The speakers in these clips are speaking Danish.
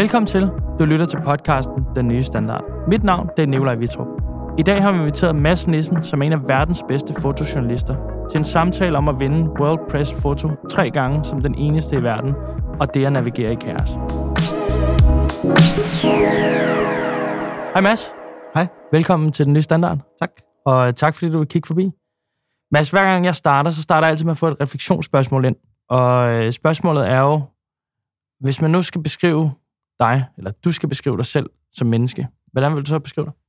Velkommen til. Du lytter til podcasten Den Nye Standard. Mit navn det er Nikolaj Wittrup. I dag har vi inviteret Mads Nissen, som er en af verdens bedste fotojournalister, til en samtale om at vinde World Press Photo 3 gange som den eneste i verden, og det at navigere i kaos. Hej Mads. Hej. Velkommen til Den Nye Standard. Tak. Og tak fordi du vil kigge forbi. Mads, hver gang jeg starter, så starter jeg altid med at få et refleksionsspørgsmål ind. Og spørgsmålet er jo, hvis man nu skal beskrive dig, eller du skal beskrive dig selv som menneske, hvordan vil du så beskrive dig?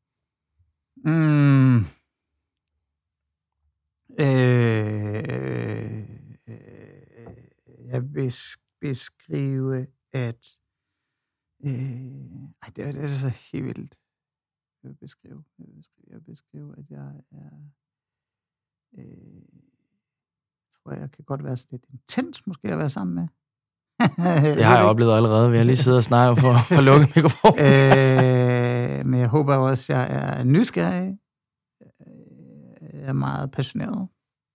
Jeg vil beskrive, at... det er så helt vildt. Jeg vil beskrive, at jeg er... tror jeg kan godt være sådan lidt intens, måske at være sammen med. Det har jeg oplevet allerede, ved at lige sidde og snakke for lukket mikrofon. Men jeg håber også, at jeg er nysgerrig. Jeg er meget passioneret.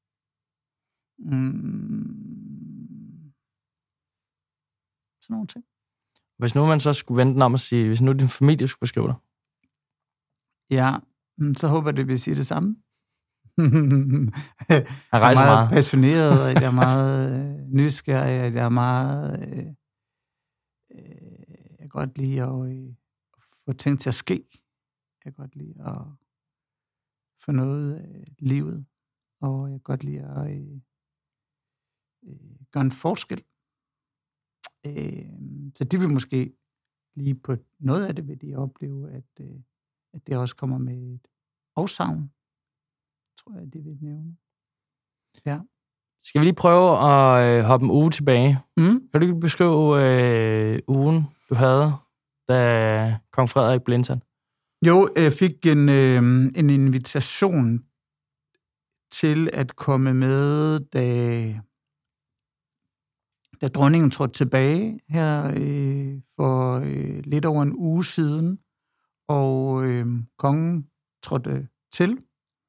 Sådan nogle ting. Hvis nu man så skulle vente den om at sige, hvis nu din familie skulle beskrive dig? Ja, så håber jeg, det vil sige det samme. Jeg er meget passioneret, at jeg er meget nysgerrig, at jeg er meget... jeg kan godt lide at få ting til at ske. Jeg kan godt lide at få noget af livet, og jeg kan godt lide at gøre en forskel. Så de vil måske lige på noget af det, vil de opleve, at det også kommer med et afsavn, tror jeg, det vil nævne. Ja. Skal vi lige prøve at hoppe en uge tilbage? Kan du ikke beskrive ugen, du havde, da kong Frederik blev indsat? Jo, jeg fik en invitation til at komme med, da dronningen trådte tilbage her for lidt over en uge siden, og kongen trådte til.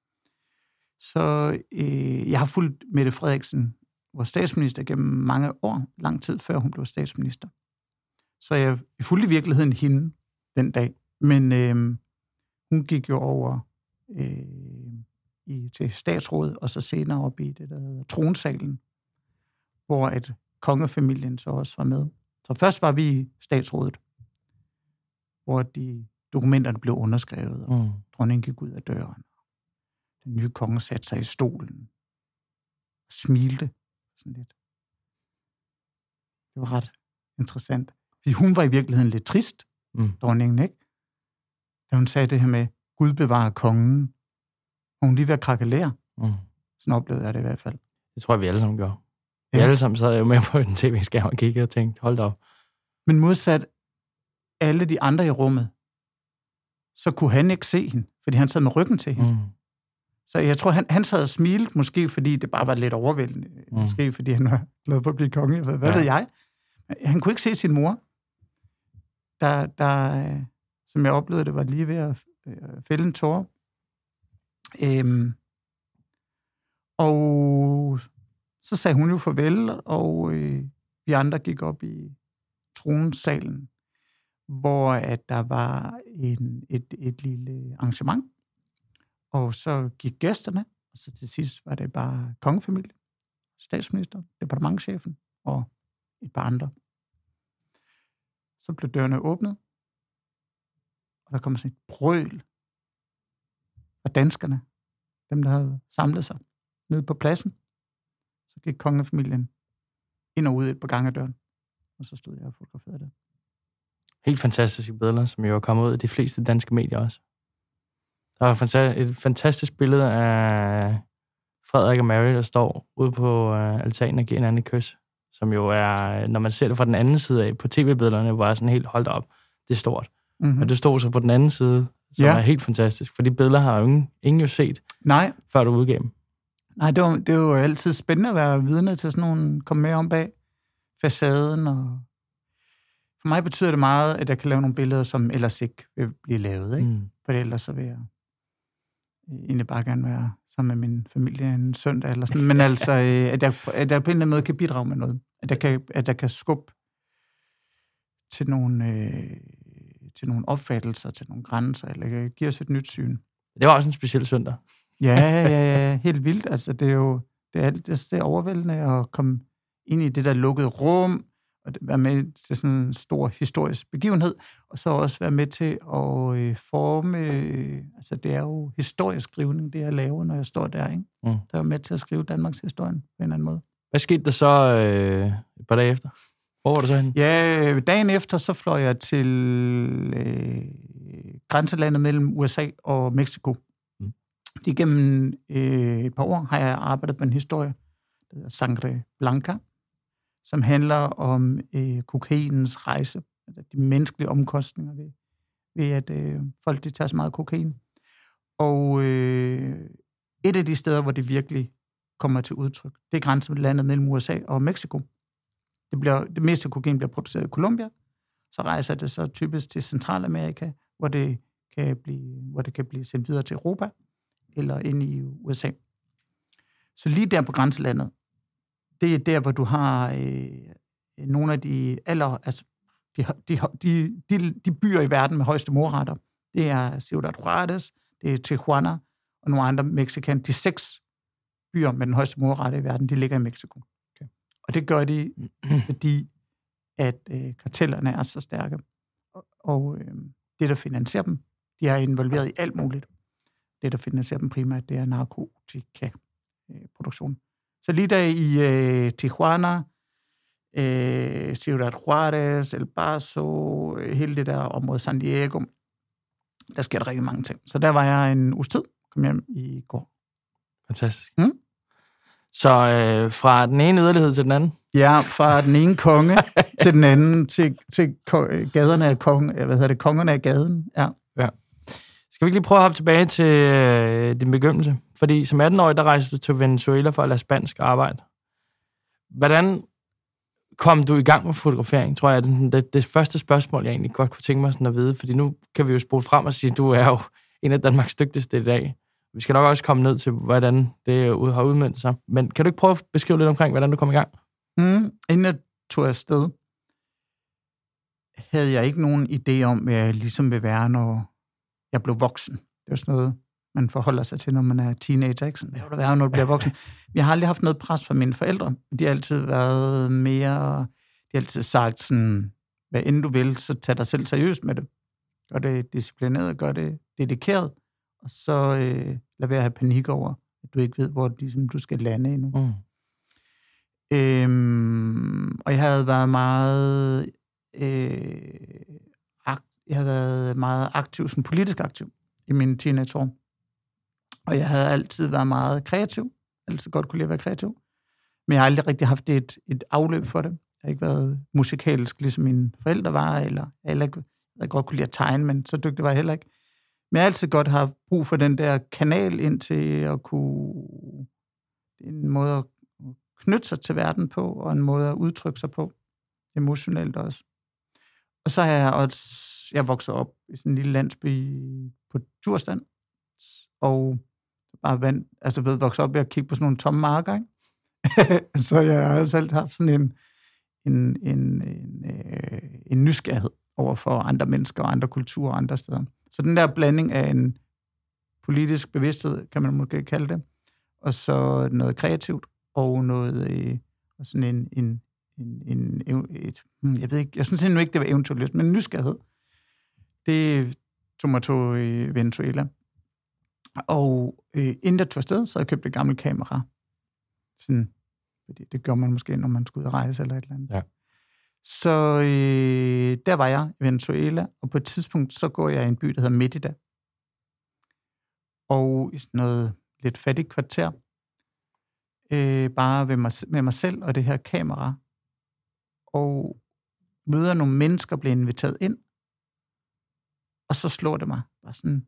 Så jeg har fulgt Mette Frederiksen, vores statsminister, gennem mange år, lang tid før hun blev statsminister. Så jeg fulgte i virkeligheden hende den dag. Men hun gik jo over til statsrådet, og så senere op i det, der hedder tronsalen, hvor at kongefamilien så også var med. Så først var vi i statsrådet, hvor de dokumenterne blev underskrevet, og dronningen gik ud af døren. Den nye konge satte sig i stolen og smilte sådan lidt. Det var ret interessant. Fordi hun var i virkeligheden lidt trist, dronningen, ikke? Da hun sagde det her med, Gud bevarer kongen, og hun lige ved at krakelere. Sådan oplevede jeg det i hvert fald. Det tror jeg, vi alle sammen gør. Vi alle sammen sad jo med på en tv-skærm og kiggede og tænkte, hold da op. Men modsat alle de andre i rummet, så kunne han ikke se hende, fordi han sad med ryggen til hende. Så jeg tror, han sad og smilte, måske fordi det bare var lidt overvældende. Måske fordi han var glad for at blive konge. Hvad ved jeg? Han kunne ikke se sin mor. Der, som jeg oplevede, det var lige ved at fælde en tåre. Og så sagde hun jo farvel, og vi andre gik op i tronsalen, hvor at der var et lille arrangement. Og så gik gæsterne, og så til sidst var det bare kongefamilie, statsminister, departementschefen og et par andre. Så blev dørene åbnet, og der kom sådan et brøl fra danskerne, dem der havde samlet sig nede på pladsen. Så gik kongefamilien ind og ud et par gange af døren, og så stod jeg og fotograferede det. Helt fantastiske billeder, som jo er kommet ud af de fleste danske medier også. Der er et fantastisk billede af Frederik og Mary, der står ude på altanen og giver hinanden et kys, som jo er, når man ser det fra den anden side af, på tv-billederne, hvor jeg sådan helt holdt op. Det er stort. Og det stod så på den anden side, som er helt fantastisk, for de billeder har jo ingen jo set, før du udgav dem. Nej, det er jo altid spændende at være vidne til sådan nogle, komme med om bag facaden. Og for mig betyder det meget, at jeg kan lave nogle billeder, som ellers ikke vil blive lavet. Ikke? For ellers så vil jeg egentlig bare gerne være sammen med min familie en søndag eller sådan. Men altså, at jeg på en eller anden måde kan bidrage med noget. At jeg kan skubbe til nogle opfattelser, til nogle grænser, eller giver os et nyt syn. Det var også en speciel søndag. Ja, helt vildt. Altså, det er jo det er overvældende at komme ind i det der lukkede rum, og være med til sådan en stor historisk begivenhed, og så også være med til at forme, altså det er jo historisk skrivning, det jeg laver, når jeg står der, ikke? Der er med til at skrive Danmarks historie på en eller anden måde. Hvad skete der så et par dage efter? Hvor var du så henne? Ja, dagen efter, så fløj jeg til grænselandet mellem USA og Mexico. Igennem et par år har jeg arbejdet på en historie, der hedder Sangre Blanca, som handler om kokainens rejse, altså de menneskelige omkostninger ved at folk de tager så meget kokain. Og et af de steder, hvor det virkelig kommer til udtryk, det er grænselandet mellem USA og Mexico. Det meste kokain bliver produceret i Colombia, så rejser det så typisk til Centralamerika, hvor det kan blive sendt videre til Europa eller ind i USA. Så lige der på grænselandet, det er der, hvor du har nogle af de de byer i verden med højeste mordrater. Det er Ciudad Juárez, det er Tijuana og nogle andre mexikanere. De 6 byer med den højeste mordrate i verden, de ligger i Mexico. Okay. Og det gør de, fordi at kartellerne er så stærke. Og det, der finansierer dem, de er involveret i alt muligt. Det, der finansierer dem primært, det er narkotika-produktion. Så lige der i Tijuana, Ciudad Juárez, El Paso, hele det der område, San Diego, der sker der rigtig mange ting. Så der var jeg en uges tid, kom hjem i går. Fantastisk. Så fra den ene yderlighed til den anden? Ja, fra den ene konge til den anden, til gaderne af kongerne af gaden, ja. Skal vi ikke lige prøve at hoppe tilbage til din begyndelse? Fordi som 18-årig, der rejste du til Venezuela for at lære spansk og arbejde. Hvordan kom du i gang med fotografering, tror jeg, det første spørgsmål, jeg egentlig godt kunne tænke mig sådan at vide, fordi nu kan vi jo spole frem og sige, at du er jo en af Danmarks dygtigste i dag. Vi skal nok også komme ned til, hvordan det har udmøntet sig. Men kan du ikke prøve at beskrive lidt omkring, hvordan du kom i gang? Inden jeg tog afsted, havde jeg ikke nogen idé om, hvad jeg ligesom vil være, når jeg blev voksen. Det er sådan noget, man forholder sig til, når man er teenager. Ikke? Sådan, hvad vil du være, når du bliver voksen? Jeg har aldrig haft noget pres fra mine forældre. De har altid været mere... De har altid sagt sådan, hvad end du vil, så tag dig selv seriøst med det. Gør det disciplineret, gør det dedikeret, og så lad være at have panik over, at du ikke ved, hvor ligesom, du skal lande endnu. Og jeg havde været meget aktiv, sådan politisk aktiv i mine teenageår. Og jeg havde altid været meget kreativ. Altid godt kunne lide at være kreativ. Men jeg har aldrig rigtig haft et afløb for det. Jeg har ikke været musikalsk, ligesom mine forældre var, eller jeg godt kunne lide at tegne, men så dygtig var jeg heller ikke. Men jeg har altid godt haft brug for den der kanal ind til at kunne... En måde at knytte sig til verden på, og en måde at udtrykke sig på. Emotionelt også. Og så har jeg vokset op i sådan en lille landsby på Djursland, og bare vokset op ved at kigge på sådan nogle tomme marker, ikke? Så jeg har selv haft sådan en nysgerrighed over for andre mennesker og andre kulturer og andre steder. Så den der blanding af en politisk bevidsthed, kan man måske kalde det, og så noget kreativt, og noget sådan jeg ved ikke, jeg synes endnu ikke, det var eventuelt, men nysgerrighed. Det tog mig til Venezuela. Og inden jeg tog afsted, så havde jeg købt et gammelt kamera. Sådan, fordi det gør man måske, når man skal ud og rejse eller et eller andet. Ja. Så der var jeg i Venezuela, og på et tidspunkt, så går jeg i en by, der hedder Mérida. Og i sådan noget lidt fattigt kvarter, bare med mig selv og det her kamera, og møder nogle mennesker, bliver inviteret ind, og så slår det mig bare sådan,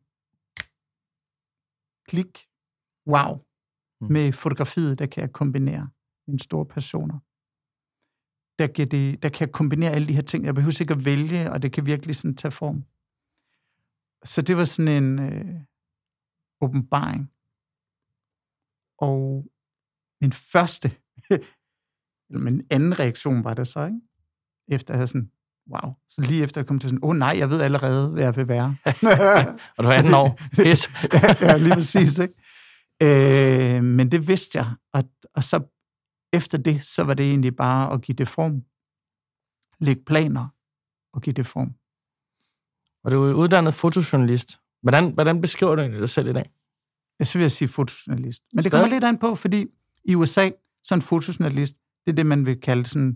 klik, wow, med fotografiet, der kan jeg kombinere mine store personer. Der kan jeg kombinere alle de her ting. Jeg behøver ikke at vælge, og det kan virkelig sådan tage form. Så det var sådan en åbenbaring. Og min anden reaktion var det så, ikke? Efter at have sådan wow. Så lige efter jeg kom til sådan, nej, jeg ved allerede, hvad jeg vil være. Og du er 18 år. Pis. Ja, lige præcis, ikke? Men det vidste jeg, og så efter det, så var det egentlig bare at give det form. Lægge planer og give det form. Og du er uddannet fotojournalist. Hvordan beskriver du dig selv i dag? Jeg vil sige fotojournalist. Men det kommer lidt an på, fordi i USA, så en fotojournalist, det er det, man vil kalde sådan...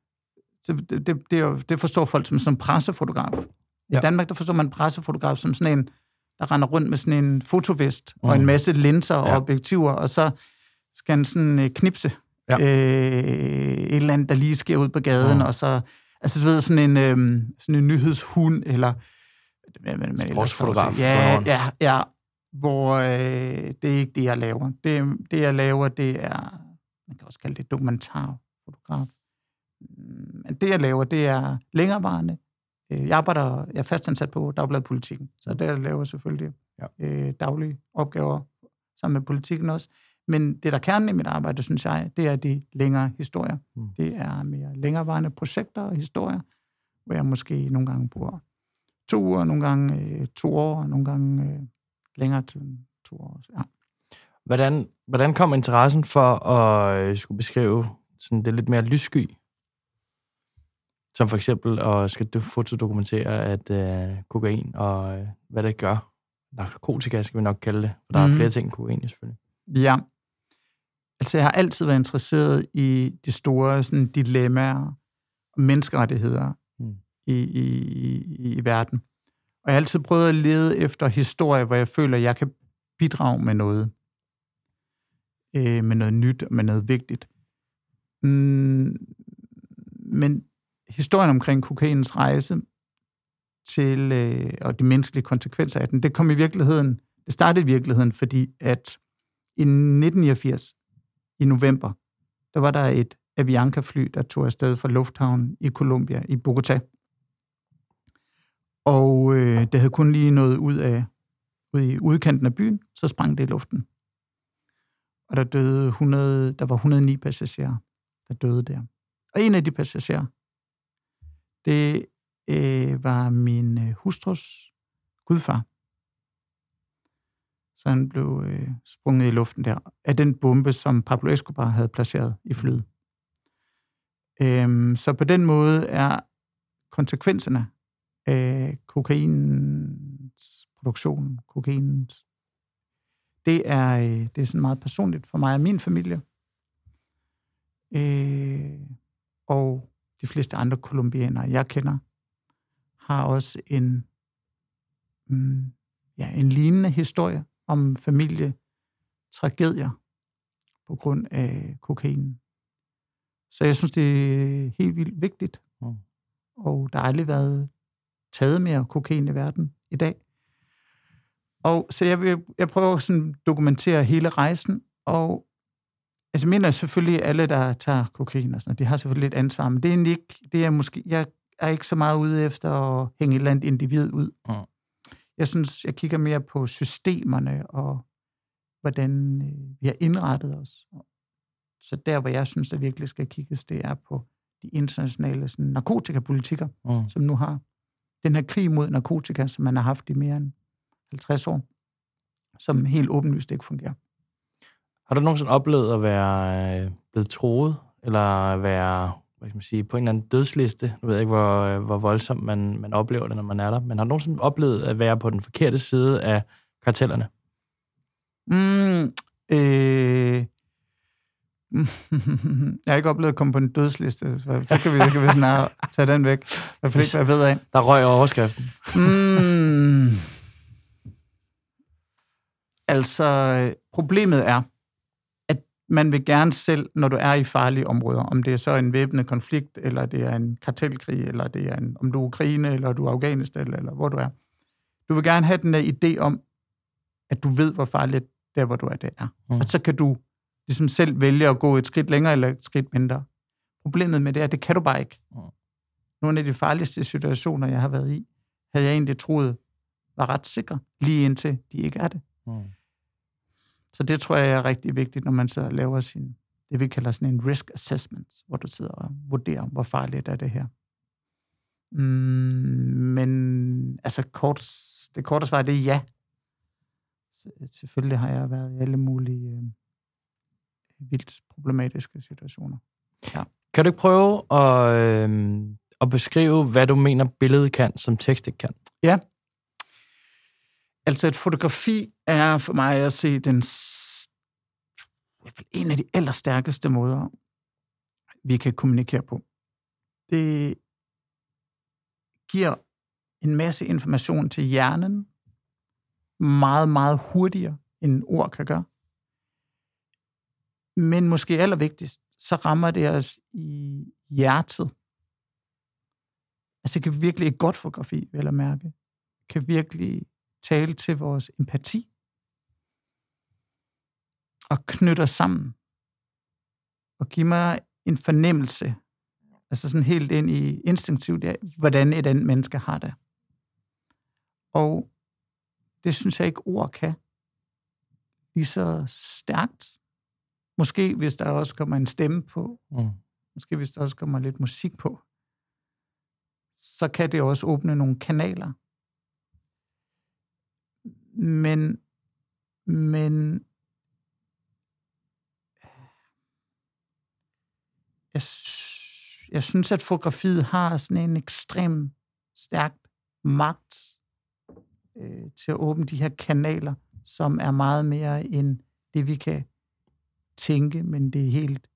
Det forstår folk som sådan en pressefotograf. I Danmark, der forstår man en pressefotograf som sådan en, der render rundt med sådan en fotovest og en masse linser og objektiver, og så skal han sådan knipse et eller andet, der lige sker ud på gaden, og så... Altså, du ved, sådan en nyhedshund, eller... Sportsfotograf. Ja, hvor det er ikke det, jeg laver. Det, jeg laver, det er... Man kan også kalde det dokumentarfotograf. Men det, jeg laver, det er længerevarende. Jeg er fastansat på Dagbladet Politikken, så der laver jeg selvfølgelig daglige opgaver sammen med politikken også. Men det, der kernen i mit arbejde, synes jeg, det er de længere historier. Det er mere længerevarende projekter og historier, hvor jeg måske nogle gange bruger 2 uger, nogle gange 2 år, nogle gange længere til 2 år. Ja. Hvordan kom interessen for at skulle beskrive sådan det lidt mere lyssky? Som for eksempel at skal fotodokumentere, at kokain og hvad det gør. Narkotika skal vi nok kalde det, for der er flere ting end kokain selvfølgelig. Ja. Altså, jeg har altid været interesseret i de store sådan, dilemmaer og menneskerettigheder i verden. Og jeg har altid prøvet at lede efter historier, hvor jeg føler, at jeg kan bidrage med noget. Med noget nyt og med noget vigtigt. Men historien omkring kokainens rejse til, og de menneskelige konsekvenser af den, det startede i virkeligheden, fordi at i 1989, i november, der var der et Avianca-fly, der tog afsted fra lufthavnen i Colombia, i Bogotá. Og det havde kun lige nået ud i udkanten af byen, så sprang det i luften. Og der var 109 passagerer, der døde der. Og en af de passagerer, det var min hustrus gudfar. Så han blev sprunget i luften der af den bombe, som Pablo Escobar havde placeret i flyet. Så på den måde er konsekvenserne af kokainens produktion, det er sådan meget personligt for mig og min familie. Og de fleste andre colombianere, jeg kender, har også en lignende historie om familietragedier på grund af kokainen. Så jeg synes, det er helt vildt vigtigt. Og der har aldrig været taget mere kokain i verden i dag. Og så jeg prøver sådan at dokumentere hele rejsen, og altså mener selvfølgelig alle, der tager kokain og sådan noget, de har selvfølgelig et ansvar, men det er egentlig ikke, jeg er ikke så meget ude efter at hænge et eller andet individ ud. Jeg synes, jeg kigger mere på systemerne og hvordan vi har indrettet os. Så der, hvor jeg synes, der virkelig skal kigges, det er på de internationale sådan, narkotikapolitikker, som nu har den her krig mod narkotika, som man har haft i mere end 50 år, som helt åbenlyst ikke fungerer. Har du nogensinde oplevet at være blevet troet, eller være på en eller anden dødsliste? Nu ved jeg ikke, hvor voldsomt man oplever det, når man er der, men har du nogensinde oplevet at være på den forkerte side af kartellerne? Jeg har ikke oplevet at komme på en dødsliste, så kan vi snart tage den væk. I hvert fald ikke, hvad jeg ved af. Der røg overskriften. Altså, problemet er, at man vil gerne selv, når du er i farlige områder, om det er så en væbnet konflikt, eller det er en kartelkrig, eller det er om du er Ukraine, eller du er Afghanistan, eller hvor du er. Du vil gerne have den der idé om, at du ved, hvor farligt der, hvor du er, det er. Og så kan du ligesom selv vælge at gå et skridt længere, eller et skridt mindre. Problemet med det er, at det kan du bare ikke. Nogle af de farligste situationer, jeg har været i, havde jeg egentlig troet var ret sikre, lige indtil de ikke er det. Så det tror jeg er rigtig vigtigt, når man sidder og laver det vi kalder sådan en risk assessment, hvor du sidder og vurderer, hvor farligt er det her. Men altså det korte svar, det er ja. Selvfølgelig har jeg været i alle mulige vildt problematiske situationer. Ja. Kan du ikke prøve at beskrive, hvad du mener, billedet kan, som tekst ikke kan? Ja. Altså et fotografi er for mig at se en af de allerstærkeste måder, vi kan kommunikere på. Det giver en masse information til hjernen, meget, meget hurtigere, end ord kan gøre. Men måske allervigtigst, så rammer det os i hjertet. Altså det kan virkelig et godt fotografi, vel at mærke, kan virkelig tale til vores empati og knytte os sammen og give mig en fornemmelse, altså sådan helt ind i instinktivt, hvordan et andet menneske har det. Og det synes jeg ikke ord kan lige så stærkt. Måske hvis der også kommer en stemme på, måske hvis der også kommer lidt musik på, så kan det også åbne nogle kanaler. Men jeg synes, at fotografiet har sådan en ekstrem stærk magt til at åbne de her kanaler, som er meget mere end det, vi kan tænke, men det er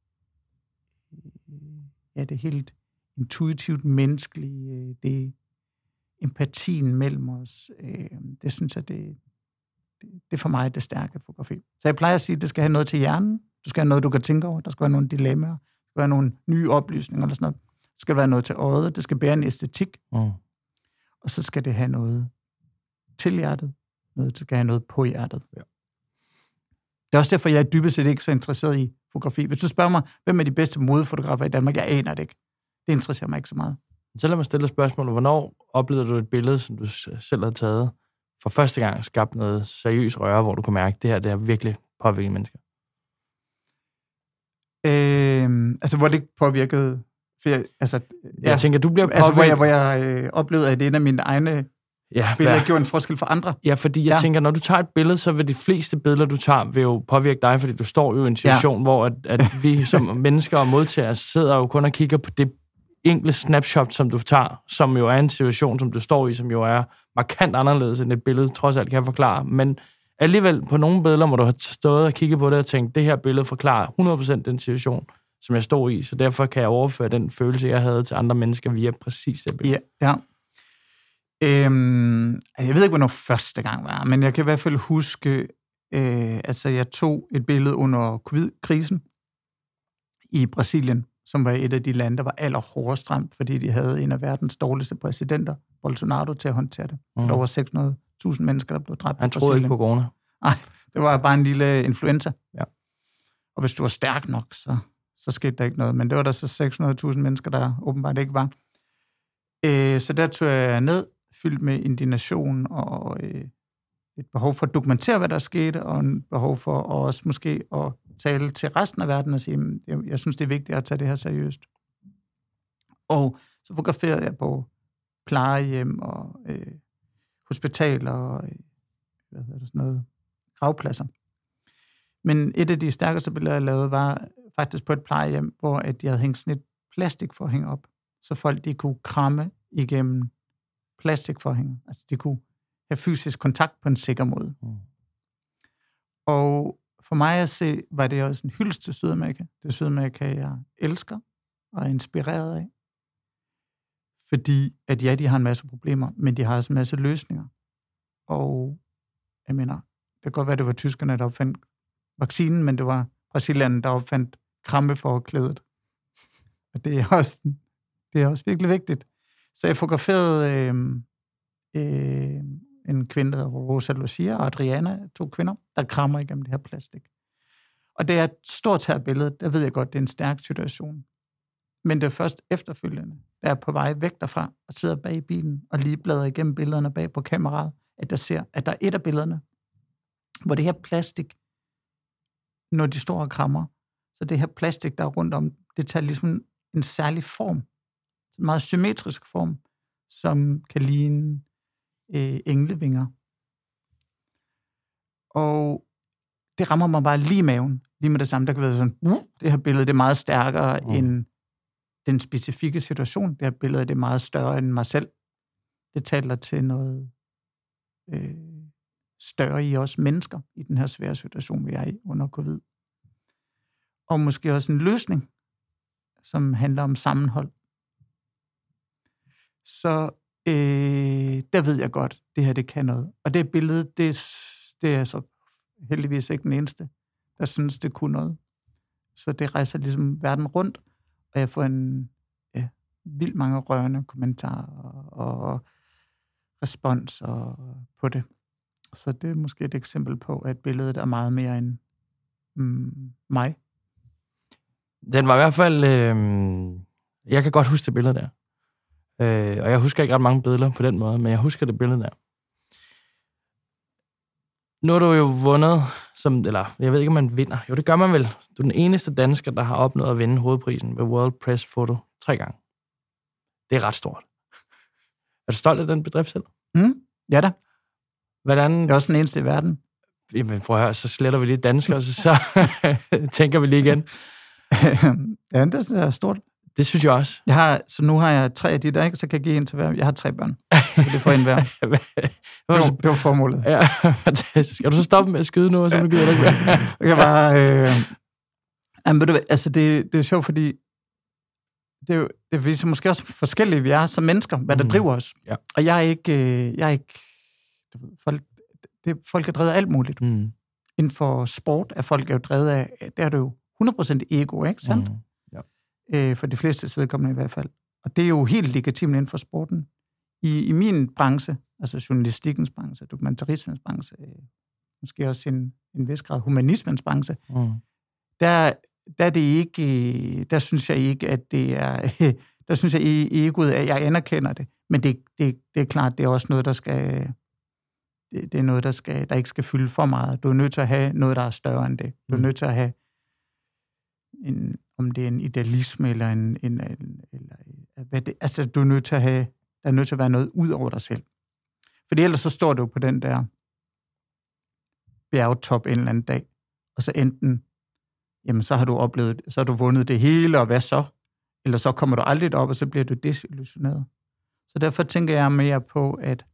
helt intuitivt menneskeligt. Det er empatien mellem os. Det synes jeg, det er for mig det stærke fotografi. Så jeg plejer at sige, at det skal have noget til hjernen. Du skal have noget, du kan tænke over. Der skal være nogle dilemmaer. Der skal være nogle nye oplysninger eller sådan noget. Der skal være noget til øjet. Det skal bære en æstetik. Og så skal det have noget til hjertet. Det skal have noget på hjertet. Ja. Det er også derfor, jeg er dybest set ikke så interesseret i fotografi. Hvis du spørger mig, hvem er de bedste modefotografer i Danmark? Jeg aner det ikke. Det interesserer mig ikke så meget. Så lad mig stille spørgsmålet. Hvornår oplevede du et billede, som du selv havde taget, for første gang skabt noget seriøst røre, hvor du kunne mærke, at det her det er virkelig påvirket mennesker? Altså, hvor det ikke påvirkede... Jeg tænker, du bliver påvirket... Altså, hvor jeg oplevede, at en af mine egne billeder gjorde en forskel for andre. Ja, fordi jeg tænker, når du tager et billede, så vil de fleste billeder, du tager, vil jo påvirke dig, fordi du står jo i en situation, hvor at vi som mennesker og modtagere sidder jo kun og kigger på det enkle snapshot, som du tager, som jo er en situation, som du står i, som jo er markant anderledes, end et billede trods alt kan forklare. Men alligevel, på nogle billeder må du have stået og kigget på det og tænkt, det her billede forklarer 100% den situation, som jeg stod i, så derfor kan jeg overføre den følelse, jeg havde til andre mennesker via præcis det billede. Ja. Jeg ved ikke, hvornår første gang var, men jeg kan i hvert fald huske, jeg tog et billede under covid-krisen i Brasilien, som var et af de lande, der var allerhårdest ramt, fordi de havde en af verdens dårligste præsidenter, Bolsonaro, til at håndtere det. Der var over 600.000 mennesker, der blev dræbt. Han troede ikke på corona. Nej, det var bare en lille influenza. Ja. Og hvis du var stærk nok, så skete der ikke noget. Men det var der så 600.000 mennesker, der åbenbart ikke var. Så der tog jeg ned, fyldt med indignation og et behov for at dokumentere, hvad der skete, og en behov for også måske at tale til resten af verden og sige, jeg synes, det er vigtigt at tage det her seriøst. Og så fotograferede jeg på plejehjem og hospitaler og gravpladser. Men et af de stærkeste billeder, jeg lavede, var faktisk på et plejehjem, hvor de havde hængt sådan et plastikforhæng op, så folk de kunne kramme igennem plastikforhænger. Altså de kunne have fysisk kontakt på en sikker måde. Og for mig at se, var det også en hyldest til Sydamerika. Det er Sydamerika, jeg elsker og er inspireret af. Fordi at de har en masse problemer, men de har også en masse løsninger. Og jeg mener, det kan godt være, det var tyskerne, der opfandt vaccinen, men det var brasilianerne, der opfandt krampeforklædet. Og det er også virkelig vigtigt. Så jeg fotograferede en kvinde, der hedder Rosa Lucia og Adriana, 2 kvinder, der krammer igennem det her plastik. Og det er et stort her billede, der ved jeg godt, det er en stærk situation. Men det er først efterfølgende, der er på vej væk derfra og sidder bag i bilen og lige bladrer igennem billederne bag på kameraet, at jeg ser, at der er et af billederne, hvor det her plastik, når de står og krammer, så det her plastik, der er rundt om, det tager ligesom en særlig form, en meget symmetrisk form, som kan ligne englevinger. Og det rammer mig bare lige i maven. Lige med det samme, der kan være sådan, det her billede det er meget stærkere end den specifikke situation. Det her billede det er meget større end mig selv. Det taler til noget større i os mennesker, i den her svære situation, vi er i under covid. Og måske også en løsning, som handler om sammenhold. Så der ved jeg godt, det her det kan noget. Og det billede, det er så heldigvis ikke den eneste, der synes, det kunne noget. Så det rejser ligesom verden rundt, og jeg får vildt mange rørende kommentarer og respons på det. Så det er måske et eksempel på, at billedet er meget mere end mig. Den var i hvert fald... jeg kan godt huske det billede der. Og jeg husker ikke ret mange billeder på den måde, men jeg husker det billede der. Nu har du jo vundet, eller jeg ved ikke, om man vinder. Jo, det gør man vel. Du er den eneste dansker, der har opnået at vinde hovedprisen ved World Press Photo 3 gange. Det er ret stort. Er du stolt af den bedrift selv? Ja da. Hvordan... Jeg er også den eneste i verden. Jamen prøv at høre, så sletter vi lige danskere, så tænker vi lige igen. Ja, det er stort. Det synes jeg også. Så nu har jeg 3 af de der, ikke? Så kan jeg give en til hver. Jeg har 3 børn. Så det får en hver. Det var formålet. Ja, fantastisk. Skal du så stoppe med at skyde nu, og så nu gider du ikke mere? Jeg kan bare... altså, det er sjovt, fordi det viser måske også forskellige, vi er som mennesker, hvad der driver os. Ja. Og jeg er ikke folk er drevet af alt muligt. Inden for sport er folk jo drevet af, der er det jo 100% ego, ikke sandt? For de fleste vedkommende i hvert fald. Og det er jo helt legitimt inden for sporten. I min branche, altså journalistikkens branche, dokumentarismens branche, måske også en vis grad humanismens branche, der er det ikke, der synes jeg ikke, at det er, der synes jeg egoet, at jeg anerkender det, men det er klart, det er også noget, det er noget, der ikke skal fylde for meget. Du er nødt til at have noget, der er større end det. Du er nødt til at have om det er en idealisme eller hvad det, altså du er nødt til at have, der er nødt til at være noget ud over dig selv. Fordi ellers så står du på den der bjergtop en eller anden dag, og så enten, jamen så har du oplevet, så har du vundet det hele, og hvad så? Eller så kommer du aldrig op, og så bliver du desillusioneret. Så derfor tænker jeg mere på, at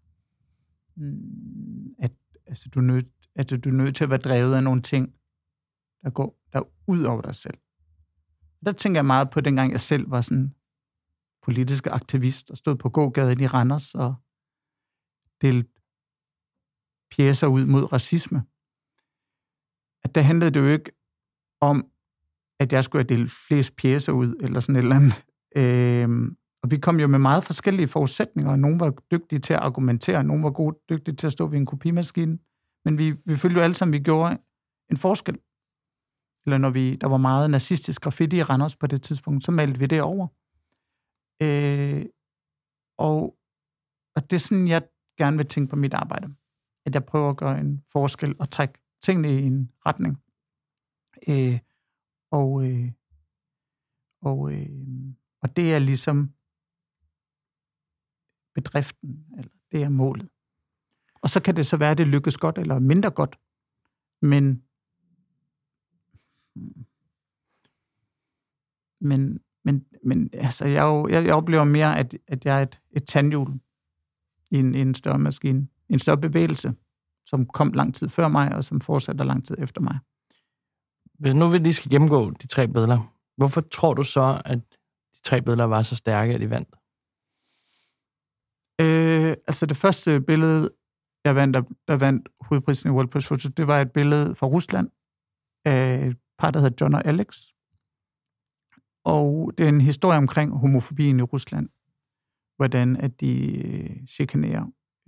altså, du er nødt til at være drevet af nogle ting, der går ud over dig selv. Der tænker jeg meget på, dengang jeg selv var sådan politisk aktivist, og stod på gågaden i Randers og delte pjecer ud mod racisme. At der handlede det jo ikke om, at jeg skulle have delt flest pjecer ud, eller sådan et eller andet. Og vi kom jo med meget forskellige forudsætninger, og nogen var dygtige til at argumentere, nogen var dygtige til at stå ved en kopimaskine, men vi følte jo alle sammen, vi gjorde en forskel. Eller når der var meget nazistisk graffiti i Randers på det tidspunkt, så meldte vi det over. Og det er sådan, jeg gerne vil tænke på mit arbejde. At jeg prøver at gøre en forskel og trække tingene i en retning. Og det er ligesom bedriften, eller det er målet. Og så kan det så være, at det lykkes godt eller mindre godt. Men altså, jeg oplever mere, at jeg er et tandhjul i en større maskine. En større bevægelse, som kom lang tid før mig, og som fortsætter lang tid efter mig. Hvis nu vi lige skal gennemgå de 3 billeder, hvorfor tror du så, at de 3 billeder var så stærke, at de vandt? Altså det første billede, jeg vandt, der vandt hovedprisen i World Press Photo, det var et billede fra Rusland, af et par, der hedder John og Alex. Og det er en historie omkring homofobien i Rusland. Hvordan at de chikanerer,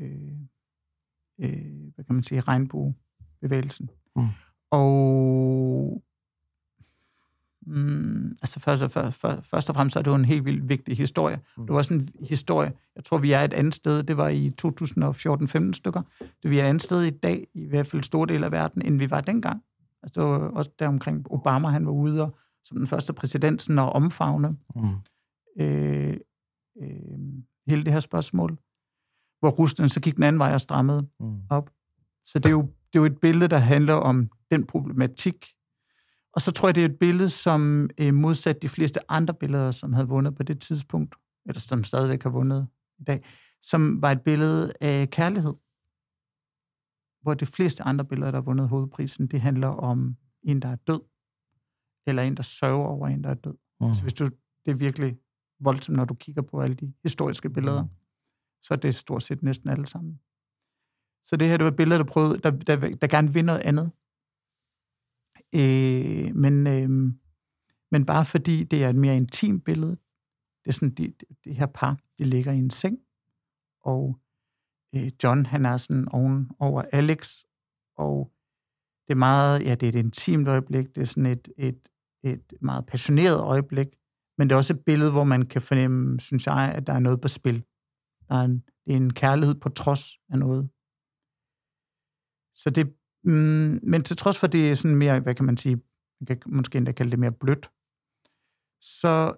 hvad kan man sige, regnbuebevægelsen. Og altså først og fremmest så er det jo en helt vildt vigtig historie. Det var også en historie, jeg tror, vi er et andet sted, det var i 2014-15 stykker. Vi er et andet sted i dag, i hvert fald store del af verden, end vi var dengang. Altså det var også der omkring Obama, han var ude og, som den første præsident, og omfavne hele det her spørgsmål, hvor Rusland så gik den anden vej og strammede op. Så det er jo et billede, der handler om den problematik. Og så tror jeg, det er et billede, som modsat de fleste andre billeder, som havde vundet på det tidspunkt, eller som stadigvæk har vundet i dag, som var et billede af kærlighed. Hvor de fleste andre billeder, der har vundet hovedprisen, det handler om en, der er død, eller en, der sørger over en, der er død. Altså, det er virkelig voldsomt, når du kigger på alle de historiske billeder, så er det stort set næsten alle sammen. Så det her, det var billeder, der prøvede, der gerne vil noget andet. Men bare fordi det er et mere intimt billede, det er sådan, det her par, de ligger i en seng, og John, han er sådan over Alex, og det er meget, det er et intimt øjeblik, det er sådan et meget passioneret øjeblik, men det er også et billede, hvor man kan fornemme, synes jeg, at der er noget på spil. Det er en kærlighed på trods af noget. Så det, men til trods for det er sådan mere, hvad kan man sige, man kan måske endda kalde det mere blødt, så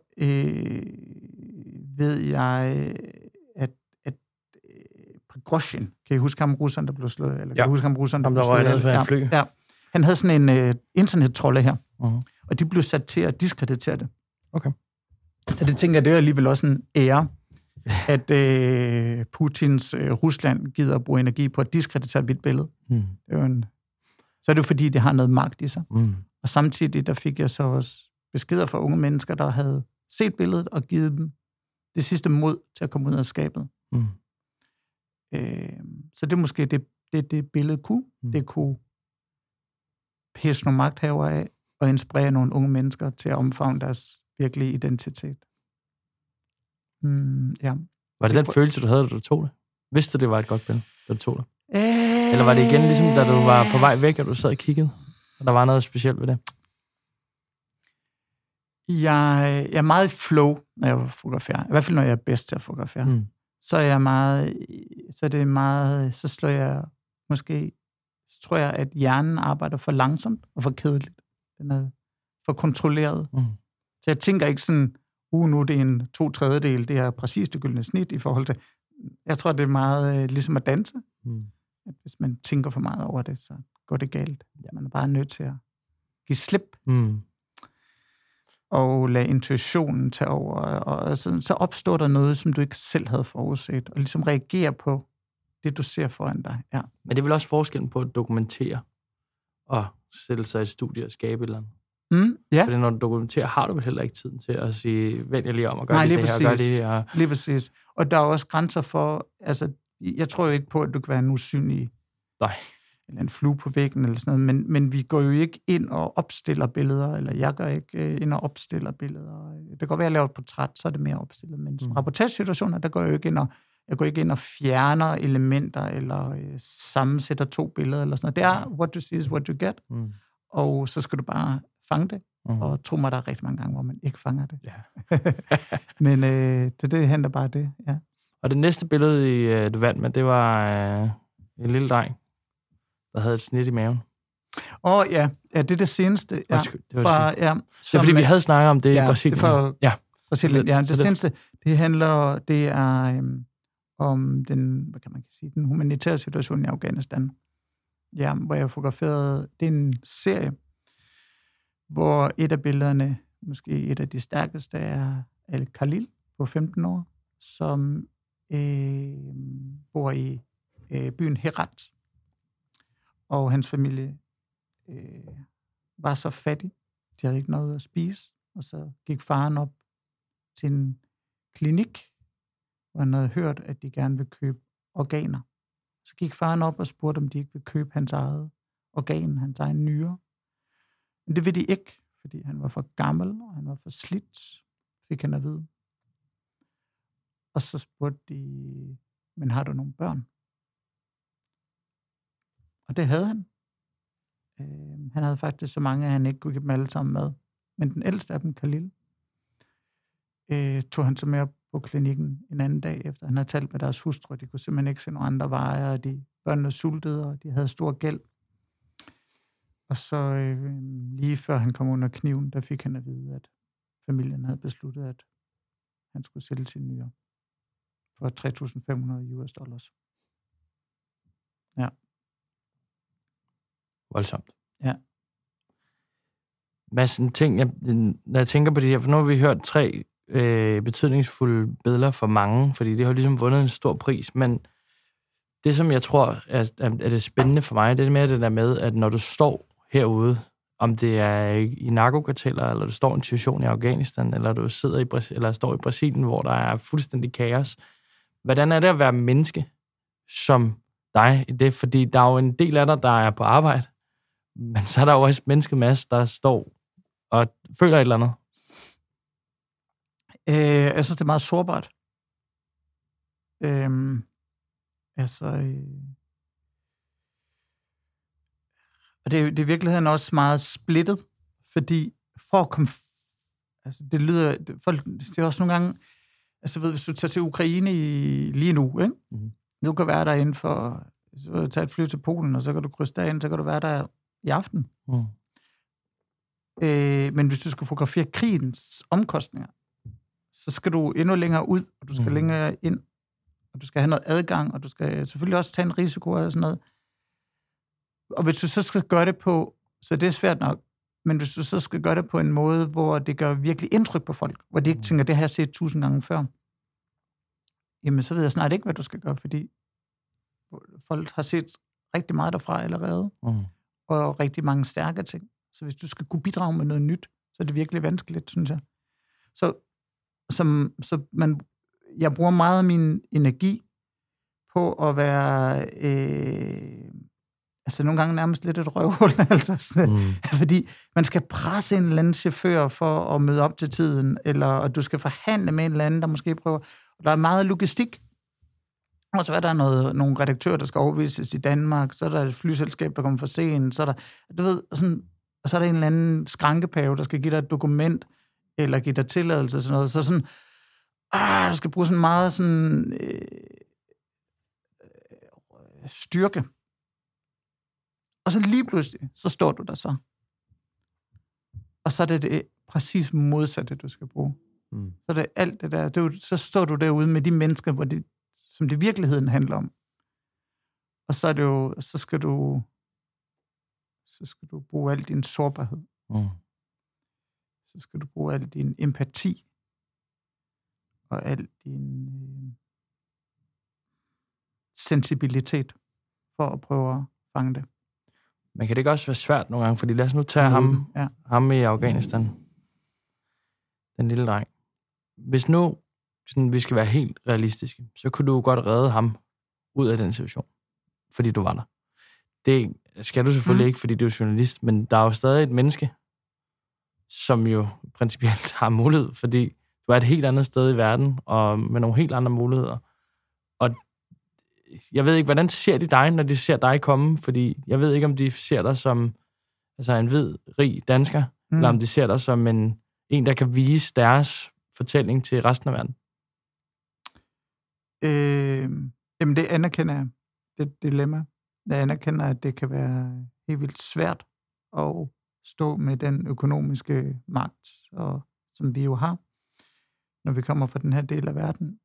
ved jeg, at Prigozhin, kan I huske ham russeren, der blev slået? Eller kan I huske ham russeren, der blev slået? Ham, der røg ned fly. Ja. Han havde sådan en internettrolle her, og de blev sat til at diskreditere det. Okay. Så det tænker jeg, det er alligevel også en ære, at Putins Rusland gider at bruge energi på at diskreditere mit billede. Så er det jo fordi, det har noget magt i sig. Og samtidig, der fik jeg så også beskeder fra unge mennesker, der havde set billedet og givet dem det sidste mod til at komme ud af skabet. Så det er måske det billede kunne. Det kunne pisse nogle magthavere af og inspirere nogle unge mennesker til at omfavne deres virkelige identitet. Ja. Var det den følelse, du havde, da du tog det? Vidste du, det var et godt billede, da du tog det? Eller var det igen ligesom, da du var på vej væk, og du sad og kiggede, og der var noget specielt ved det? Jeg er meget i flow, når jeg fotograferer. I hvert fald, når jeg er bedst til at fotografere. Så slår jeg måske, så tror jeg, at hjernen arbejder for langsomt og for kedeligt. Den er for kontrolleret. Så jeg tænker ikke sådan, nu er det en 2/3, det er præcis det gyldne snit i forhold til, jeg tror, det er meget ligesom at danse. At hvis man tænker for meget over det, så går det galt. Man er bare nødt til at give slip. Og lade intuitionen tage over, og så opstår der noget, som du ikke selv havde forudset, og ligesom reagere på det, du ser foran dig. Ja. Men det er vel også forskellen på at dokumentere og sætte sig i et studie og skabe et eller andet? Ja. Fordi når du dokumenterer, har du vel heller ikke tiden til at sige, vend jeg lige om og gør det her og gør det her. Lige præcis. Og der er også grænser for, altså, jeg tror jo ikke på, at du kan være en usynlig eller en flue på væggen eller sådan noget, men vi går jo ikke ind og opstiller billeder, eller jeg går ikke ind og opstiller billeder. Det kan godt være, at jeg laver et portræt, så er det mere opstillet, men som reportagesituationer, der går jeg jo ikke ind og jeg går ikke ind og fjerner elementer, eller sammensætter 2 billeder, eller sådan noget. Det er, what you see is what you get, og så skal du bare fange det, og tro mig, der er rigtig mange gange, hvor man ikke fanger det. Men det henter bare det, ja. Og det næste billede, du vandt med, det var en lille dreng, der havde et snit i maven. Ja, det er det seneste. Ja, det var fordi vi havde snakket om det i Brasilien. Brasilien. Ja, det seneste, det er om den, hvad kan man sige, den humanitære situation i Afghanistan. Ja, hvor jeg fotograferede, det er en serie, hvor et af billederne, måske et af de stærkeste, er Al-Khalil på 15 år, som bor i byen Herat. Og hans familie var så fattig, de havde ikke noget at spise, og så gik faren op til en klinik, hvor han havde hørt, at de gerne vil købe organer. Så gik faren op og spurgte, om de ikke vil købe hans eget organ, hans egen nyre. Men det vil de ikke, fordi han var for gammel, og han var for slidt, fik han at vide. Og så spurgte de, men har du nogle børn? Og det havde han. Han havde faktisk så mange, at han ikke kunne give dem alle sammen mad. Men den ældste af dem, Khalil, tog han så med på klinikken en anden dag, efter han havde talt med deres hustru. De kunne simpelthen ikke se nogle andre veje, og børnene sultede, og de havde stor gæld. Og så lige før han kom under kniven, der fik han at vide, at familien havde besluttet, at han skulle sælge sin nyre. for $3.500. Ja. Voldsomt. Ja. Mads, en ting, når jeg tænker på det her, for nu har vi hørt 3 betydningsfulde billeder for mange, fordi det har ligesom vundet en stor pris, men det, som jeg tror er det spændende for mig, det er mere det der med, at når du står herude, om det er i narkokarteller, eller du står i en situation i Afghanistan, eller du sidder eller står i Brasilien, hvor der er fuldstændig kaos. Hvordan er det at være menneske som dig i det? Fordi der er jo en del af dig, der er på arbejde, men så er der jo også et menneske, Mads, der står og føler et eller andet. Jeg synes, det er meget sårbart. Og det er i virkeligheden også meget splittet, fordi for at komme... Altså, det lyder... Det er også nogle gange... Altså, hvis du tager til Ukraine lige nu, ikke? Mm-hmm. Nu kan være der inden for... Så tage et fly til Polen, og så kan du krydse derind, så kan du være der i aften. Mm. Men hvis du skal fotografere krigens omkostninger, så skal du endnu længere ud, og du skal længere ind, og du skal have noget adgang, og du skal selvfølgelig også tage en risiko og sådan noget. Og hvis du så skal gøre det på, så det er svært nok, men hvis du så skal gøre det på en måde, hvor det gør virkelig indtryk på folk, hvor de ikke tænker, det har jeg set 1000 gange før, jamen så ved jeg snart ikke, hvad du skal gøre, fordi folk har set rigtig meget derfra allerede, og rigtig mange stærke ting. Så hvis du skal kunne bidrage med noget nyt, så er det virkelig vanskeligt, synes jeg. Jeg bruger meget af min energi på at være, nogle gange nærmest lidt et røvhul, fordi man skal presse en eller anden chauffør for at møde op til tiden, eller at du skal forhandle med en eller anden, der måske prøver. Og der er meget logistik. Og så er der nogle redaktører, der skal overvises i Danmark, så er der et flyselskab, der kommer for sent, så er der, du ved, sådan, og så er der en eller anden skrankepave, der skal give dig et dokument, eller give dig tilladelse og sådan noget. Så sådan, du skal bruge sådan meget sådan, styrke. Og så lige pludselig, så står du der så. Og så er det præcis modsatte, du skal bruge. Så er det alt det der, så står du derude med de mennesker, som det i virkeligheden handler om. Og så er det jo, så skal du bruge al din sårbarhed. Så skal du bruge al din empati. Og al din sensibilitet for at prøve at fange det. Men kan det ikke også være svært nogle gange? Fordi lad os nu tage ham i Afghanistan. Den lille dreng. Hvis nu sådan, vi skal være helt realistiske, så kunne du godt redde ham ud af den situation. Fordi du var der. Det skal du selvfølgelig ikke, fordi du er journalist, men der er jo stadig et menneske, som jo principielt har mulighed, fordi du er et helt andet sted i verden, og med nogle helt andre muligheder. Og jeg ved ikke, hvordan ser de dig, når de ser dig komme? Fordi jeg ved ikke, om de ser dig som en hvid, rig dansker, eller om de ser dig som en, der kan vise deres fortælling til resten af verden. Jamen, det anerkender jeg. Det dilemma. Jeg anerkender, at det kan være helt vildt svært at stå med den økonomiske magt, som vi jo har, når vi kommer fra den her del af verden.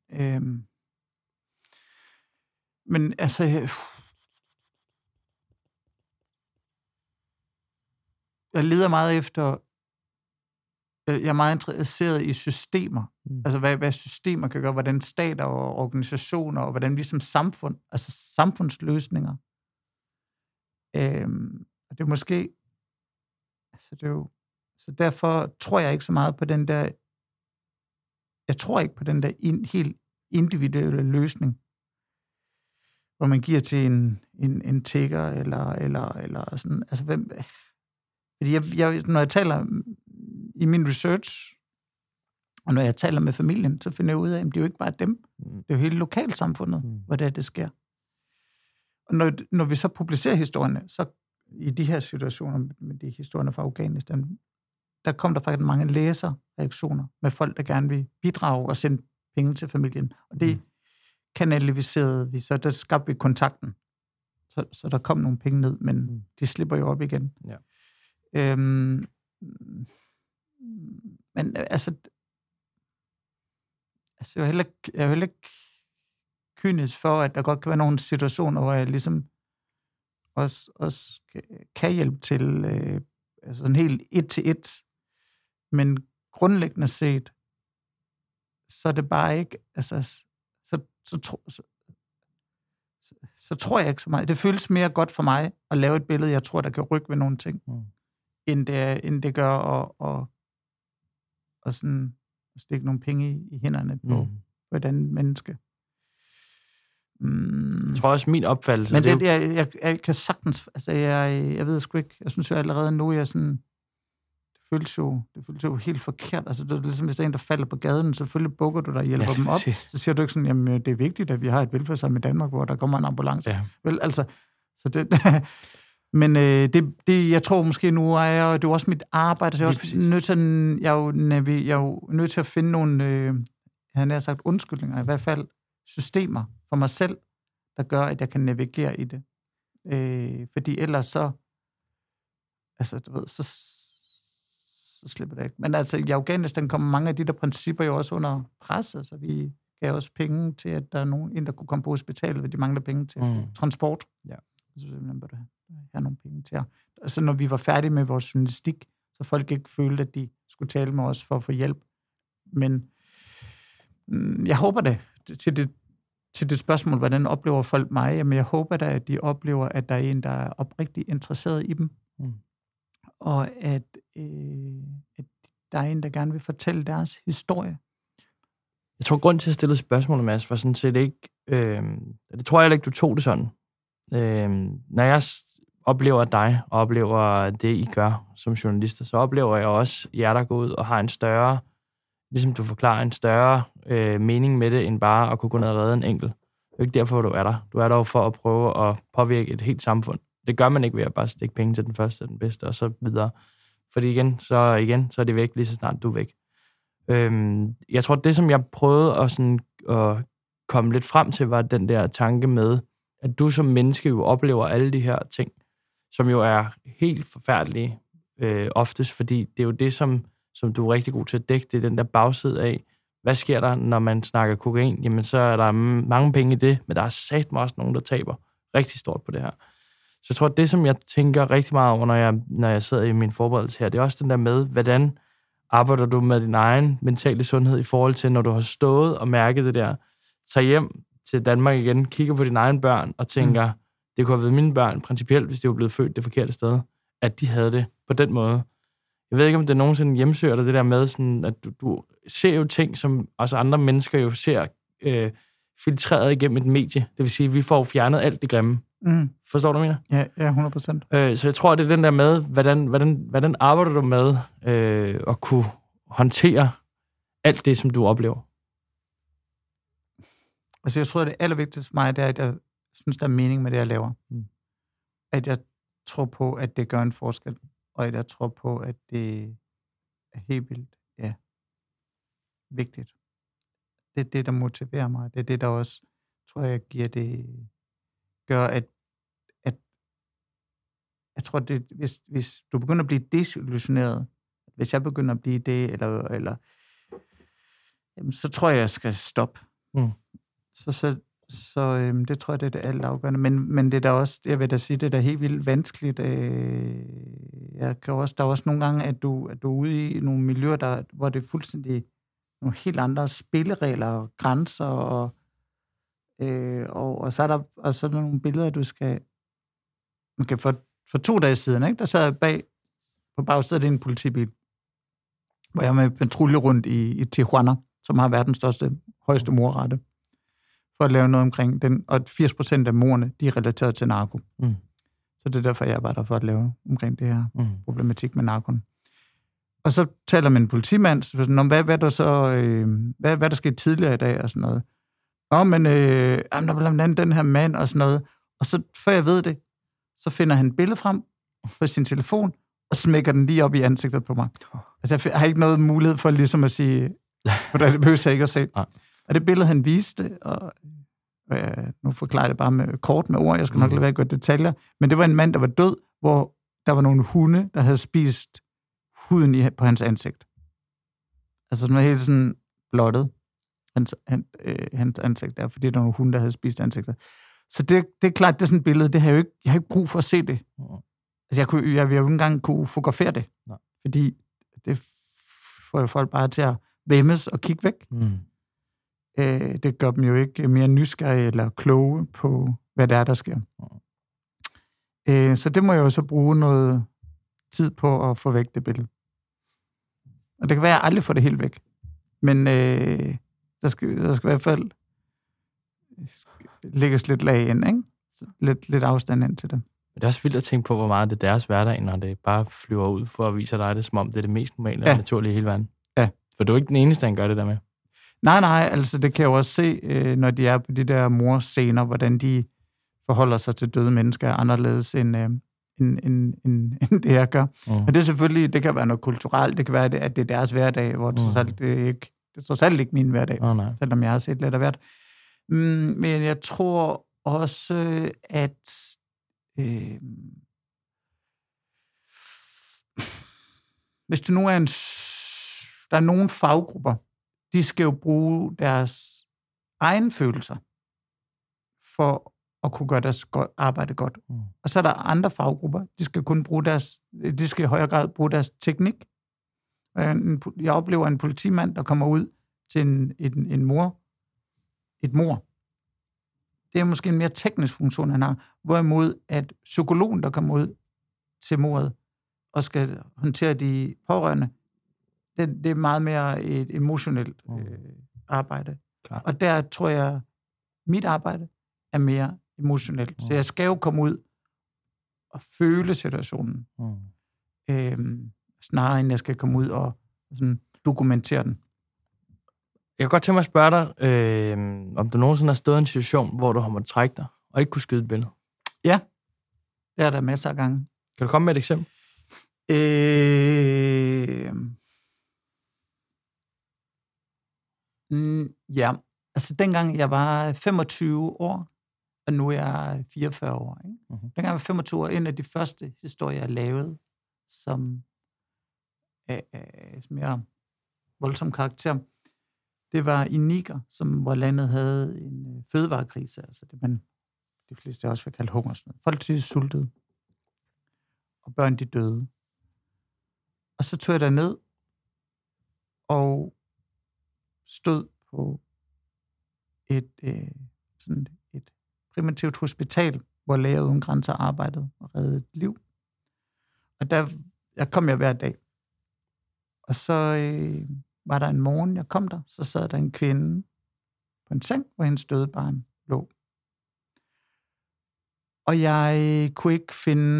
Men altså... Jeg leder meget efter... Jeg er meget interesseret i systemer. Altså, hvad systemer kan gøre, hvordan stater og organisationer, og hvordan vi som samfund, altså samfundsløsninger. Og det er måske... Altså, det er jo... Så derfor tror jeg ikke så meget på den der... Jeg tror ikke på den der helt individuelle løsning, hvor man giver til en tigger, eller sådan... Altså, fordi når jeg taler i min research, og når jeg taler med familien, så finder jeg ud af, at det er jo ikke bare dem. Det er jo hele lokalsamfundet, hvor det sker. Og når vi så publicerer historierne, så i de her situationer, med de historierne fra Afghanistan, der kom der faktisk mange læserreaktioner med folk, der gerne vil bidrage og sende penge til familien. Og det kanaliserede vi, så der skabte vi kontakten. Så der kom nogle penge ned, men de slipper jo op igen. Ja. Men altså jeg er heller ikke kynisk for, at der godt kan være nogle situationer, hvor jeg ligesom også kan hjælpe til, altså en helt 1-til-1. Men grundlæggende set, så er det bare ikke, altså, så tror jeg ikke så meget. Det føles mere godt for mig at lave et billede, jeg tror, der kan rykke ved nogle ting, end det gør og sådan stikke nogle penge i hænderne på et andet menneske. Jeg tror også, min opfattelse... Men jeg kan sagtens... Altså, jeg ved sgu ikke... Jeg synes jo allerede nu, jeg sådan... Det føles jo helt forkert. Altså, det er ligesom, hvis der er en, der falder på gaden, selvfølgelig bukker du der og hjælper dem op. Så siger du ikke sådan, jamen, det er vigtigt, at vi har et velfærdssamfund i Danmark, hvor der kommer en ambulance. Ja. Vel, altså... Så det... Men jeg tror måske nu, det er jo også mit arbejde, så jeg er jo nødt til at finde nogle, han har sagt undskyldninger, i hvert fald systemer for mig selv, der gør, at jeg kan navigere i det. Fordi ellers så, altså du ved, så slipper det ikke. Men altså i Afghanistan kommer mange af de der principper jo også under pres, altså vi gav også penge til, at der er nogen, der kunne komme på hospitalet, ved de mangler penge til transport. Ja. Så simpelthen burde have nogle penge til. Altså når vi var færdige med vores journalistik, så folk ikke følte, at de skulle tale med os for at få hjælp. Men jeg håber det. Til det spørgsmål, hvordan oplever folk mig? Jamen jeg håber da, at de oplever, at der er en, der er oprigtigt interesseret i dem. Og at der er en, der gerne vil fortælle deres historie. Jeg tror, grund til at stille spørgsmålet, Mads, var sådan set ikke... det tror jeg heller ikke, du tog det sådan. Når jeg oplever dig, og oplever det, I gør som journalister, så oplever jeg også jer, der går ud og har en større, ligesom du forklarer, en større mening med det, end bare at kunne gå ned og redde en enkelt. Det er ikke derfor, du er der. Du er der for at prøve at påvirke et helt samfund. Det gør man ikke ved at bare stikke penge til den første og den bedste, og så videre. Fordi igen, så er det væk, lige så snart du er væk. Jeg tror, det, som jeg prøvede at komme lidt frem til, var den der tanke med, at du som menneske jo oplever alle de her ting, som jo er helt forfærdelige oftest, fordi det er jo det, som du er rigtig god til at dække, det er den der bagside af, hvad sker der, når man snakker kokain? Jamen, så er der mange penge i det, men der er satme også nogen, der taber rigtig stort på det her. Så jeg tror, at det, som jeg tænker rigtig meget over, når jeg sidder i min forberedelse her, det er også den der med, hvordan arbejder du med din egen mentale sundhed i forhold til, når du har stået og mærket det der, tager hjem til Danmark igen, kigger på dine egne børn og tænker, det kunne have været mine børn principielt, hvis de var blevet født det forkerte sted, at de havde det på den måde. Jeg ved ikke, om det nogensinde hjemsøger dig, det der med, sådan, at du ser jo ting, som også andre mennesker jo ser filtreret igennem et medie. Det vil sige, at vi får fjernet alt det grimme. Forstår du, hvad jeg mener? Ja, 100%. Så jeg tror, det er den der med, hvordan arbejder du med at kunne håndtere alt det, som du oplever? Altså, jeg tror, det allervigtigste for mig, det er, at jeg synes, der er mening med det, jeg laver. At jeg tror på, at det gør en forskel, og at jeg tror på, at det er helt vildt, vigtigt. Det er det, der motiverer mig. Det er det, der også, tror jeg, gør, at jeg tror, det, hvis du begynder at blive desillusioneret, hvis jeg begynder at blive det, eller jamen, så tror jeg skal stoppe. Så det tror jeg, det er det alt afgørende. Men det er da også, jeg vil da sige, det er da helt vildt vanskeligt. Der er også nogle gange, at du er ude i nogle miljøer, hvor det er fuldstændig nogle helt andre spilleregler og grænser, og så er der nogle billeder, du skal... Okay, for 2 dage siden, ikke, der sad jeg på bagsædet i en politibil, hvor jeg med patrulje rundt i Tijuana, som har verdens højeste morrate, for at lave noget omkring den, og 80% af mordene, de er relateret til narko. Så det er derfor, jeg var der for at lave omkring det her problematik med narkoen. Og så taler man en politimand, så hvad der så, hvad der skete tidligere i dag, og sådan noget. Der var blandt andet den her mand, og sådan noget. Og så, før jeg ved det, så finder han et billede frem på sin telefon, og smækker den lige op i ansigtet på mig. Altså, jeg har ikke noget mulighed for ligesom at sige, hvordan det behøver jeg ikke at se. Og det billede, han viste, og nu forklarer jeg det bare kort med ord, jeg skal nok lade være at gå i detaljer, men det var en mand, der var død, hvor der var nogle hunde, der havde spist huden på hans ansigt. Altså, den var helt sådan blottet. hans ansigt der, fordi der var nogle hunde, der havde spist ansigter. Så det er klart, det er sådan et billede, det har jeg har ikke brug for at se det. Altså, jeg vil jo ikke engang kunne fotografere det, fordi det får jo folk bare til at væmmes og kigge væk. Det gør dem jo ikke mere nysgerrige eller kloge på, hvad det er, der sker. Så det må jeg jo så bruge noget tid på at få væk det billede. Og det kan være, at jeg aldrig får det helt væk. Men der skal i hvert fald lægges lidt lag ind, ikke? Lidt afstand ind til det. Det er også vildt at tænke på, hvor meget det er deres hverdag, når det bare flyver ud for at vise dig det, som om det er det mest normale og naturlige i hele verden. Ja. For du er ikke den eneste, der gør det der med. Nej, altså det kan jeg jo også se, når de er på de der morscener, hvordan de forholder sig til døde mennesker anderledes end det, jeg gør. Og det er selvfølgelig, det kan være noget kulturelt, det kan være, at det er deres hverdag, hvor det er trods alt ikke min hverdag, selvom jeg har set lidt af hvert. Men jeg tror også, at hvis du nu er der er nogle faggrupper, de skal jo bruge deres egen følelser for at kunne gøre deres arbejde godt. Og så er der andre faggrupper, de skal i højere grad bruge deres teknik. Jeg oplever en politimand, der kommer ud til et mor. Det er måske en mere teknisk funktion, han har. Hvorimod at psykologen, der kommer ud til mordet og skal håndtere de pårørende, det er meget mere et emotionelt arbejde. Klar. Og der tror jeg, mit arbejde er mere emotionelt. Så jeg skal jo komme ud og føle situationen. Snarere end jeg skal komme ud og sådan dokumentere den. Jeg kan godt tænke mig at spørge dig, om du nogensinde har stået i en situation, hvor du har måttet trække dig og ikke kunne skyde et billede. Ja, det er der masser af gange. Kan du komme med et eksempel? Ja, altså dengang jeg var 25 år, og nu er jeg 44 år. Ikke? Dengang jeg var 25 år, en af de første historier, jeg lavede, som mere voldsom karakter, det var i Niger, hvor landet havde en fødevarekrise, altså det man de fleste også vil kalde hungersnød. Folk de sultede, og børn de døde. Og så tog jeg derned og stod på et primitivt hospital, hvor Læger Uden Grænser arbejdede og reddede liv. Og jeg kom hver dag. Og så var der en morgen, jeg kom der, så sad der en kvinde på en seng, hvor hendes døde barn lå. Og jeg kunne ikke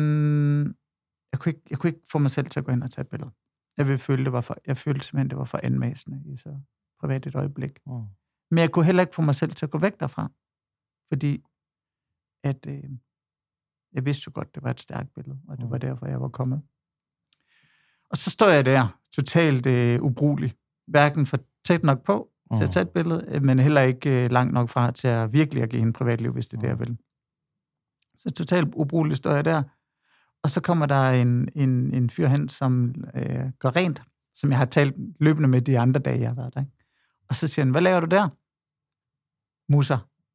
få mig selv til at gå hen og tage et billede. Jeg følte simpelthen, det var for anmæsende i så privat et øjeblik. Men jeg kunne heller ikke få mig selv til at gå væk derfra, fordi at jeg vidste jo godt, det var et stærkt billede, og det var derfor, jeg var kommet. Og så står jeg der, totalt ubrugelig. Hverken for tæt nok på til at tage et billede, men heller ikke langt nok fra til at virkelig at give hende privatliv, hvis det er det, jeg vil. Så totalt ubrugelig står jeg der. Og så kommer der en fyr hen, som gør rent, som jeg har talt løbende med de andre dage, jeg har været der. Ikke? Og så siger han, hvad laver du der? Musser.